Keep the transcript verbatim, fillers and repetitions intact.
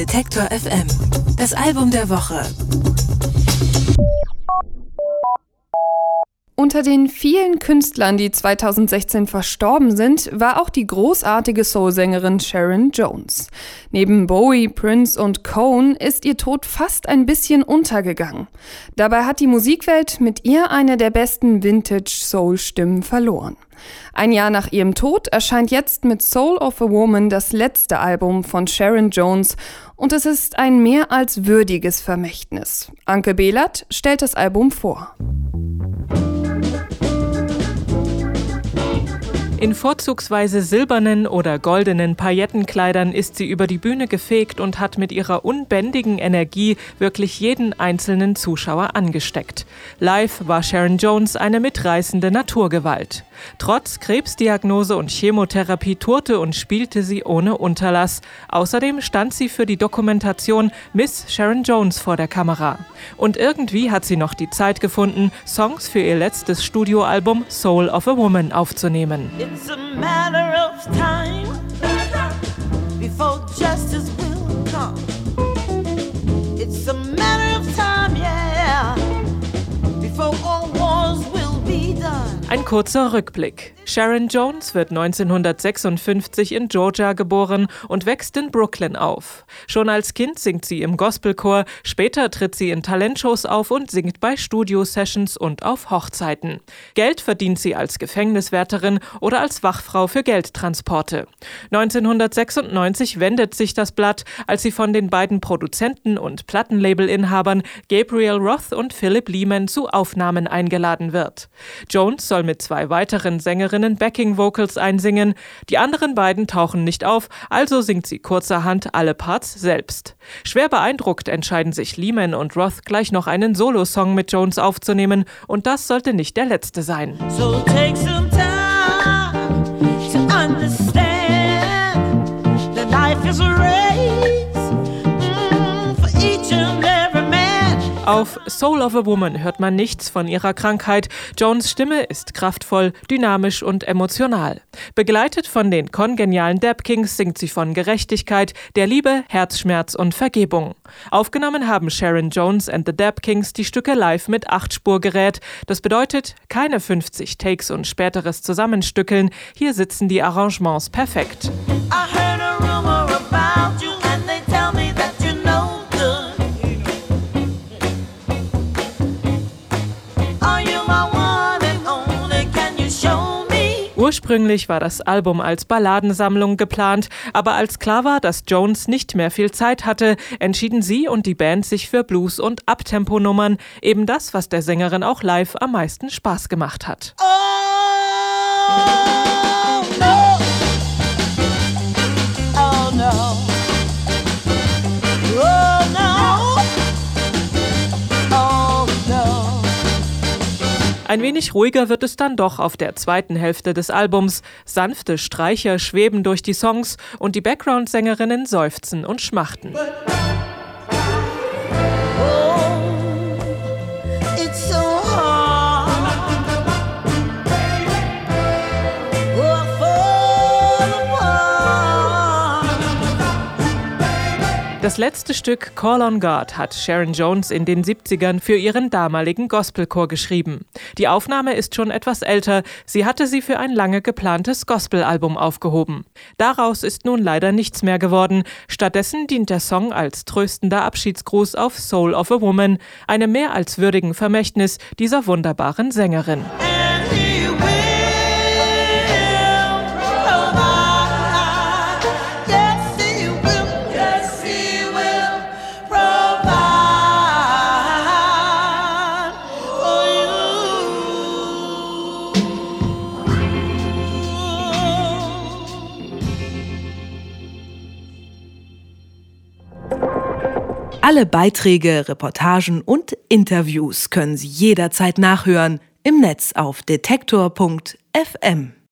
Detektor F M. Das Album der Woche. Unter den vielen Künstlern, die zweitausendsechzehn verstorben sind, war auch die großartige Soul-Sängerin Sharon Jones. Neben Bowie, Prince und Cohen ist ihr Tod fast ein bisschen untergegangen. Dabei hat die Musikwelt mit ihr eine der besten Vintage-Soul-Stimmen verloren. Ein Jahr nach ihrem Tod erscheint jetzt mit Soul of a Woman das letzte Album von Sharon Jones und es ist ein mehr als würdiges Vermächtnis. Anke Behlert stellt das Album vor. In vorzugsweise silbernen oder goldenen Paillettenkleidern ist sie über die Bühne gefegt und hat mit ihrer unbändigen Energie wirklich jeden einzelnen Zuschauer angesteckt. Live war Sharon Jones eine mitreißende Naturgewalt. Trotz Krebsdiagnose und Chemotherapie tourte und spielte sie ohne Unterlass. Außerdem stand sie für die Dokumentation Miss Sharon Jones vor der Kamera. Und irgendwie hat sie noch die Zeit gefunden, Songs für ihr letztes Studioalbum Soul of a Woman aufzunehmen. It's a matter of time before justice will come. It's a matter of time, yeah, before all wars will be done. Ein kurzer Rückblick. Sharon Jones wird neunzehnhundertsechsundfünfzig in Georgia geboren und wächst in Brooklyn auf. Schon als Kind singt sie im Gospelchor, später tritt sie in Talentshows auf und singt bei Studio-Sessions und auf Hochzeiten. Geld verdient sie als Gefängniswärterin oder als Wachfrau für Geldtransporte. neunzehnhundertsechsundneunzig wendet sich das Blatt, als sie von den beiden Produzenten und Plattenlabelinhabern Gabriel Roth und Philip Lehman zu Aufnahmen eingeladen wird. Jones soll mit zwei weiteren Sängerinnen Backing-Vocals einsingen. Die anderen beiden tauchen nicht auf, also singt sie kurzerhand alle Parts selbst. Schwer beeindruckt entscheiden sich Lehman und Roth gleich noch einen Solo-Song mit Jones aufzunehmen und das sollte nicht der letzte sein. So take some time to understand that life is a race mm, for each and every man. Auf Soul of a Woman hört man nichts von ihrer Krankheit. Jones' Stimme ist kraftvoll, dynamisch und emotional. Begleitet von den kongenialen Dap Kings singt sie von Gerechtigkeit, der Liebe, Herzschmerz und Vergebung. Aufgenommen haben Sharon Jones and the Dap Kings die Stücke live mit Acht-Spur-Gerät. Das bedeutet keine fünfzig Takes und späteres Zusammenstückeln. Hier sitzen die Arrangements perfekt. I heard a rumor about you and they tell me that you're no good. Are you my one and only? Can you show me? Ursprünglich war das Album als Balladensammlung geplant, aber als klar war, dass Jones nicht mehr viel Zeit hatte, entschieden sie und die Band sich für Blues- und Uptempo-Nummern, eben das, was der Sängerin auch live am meisten Spaß gemacht hat. Oh no! Oh no! Oh no! Oh no! Ein wenig ruhiger wird es dann doch auf der zweiten Hälfte des Albums. Sanfte Streicher schweben durch die Songs und die Background-Sängerinnen seufzen und schmachten. It's so hard. Oh, I fall apart. Das letzte Stück Call on God hat Sharon Jones in den siebzigern für ihren damaligen Gospelchor geschrieben. Die Aufnahme ist schon etwas älter, sie hatte sie für ein lange geplantes Gospelalbum aufgehoben. Daraus ist nun leider nichts mehr geworden. Stattdessen dient der Song als tröstender Abschiedsgruß auf Soul of a Woman, einem mehr als würdigen Vermächtnis dieser wunderbaren Sängerin. And he will provide. Yes, he will. Yes, he will provide for you. Alle Beiträge, Reportagen und Interviews können Sie jederzeit nachhören im Netz auf detektor punkt f m.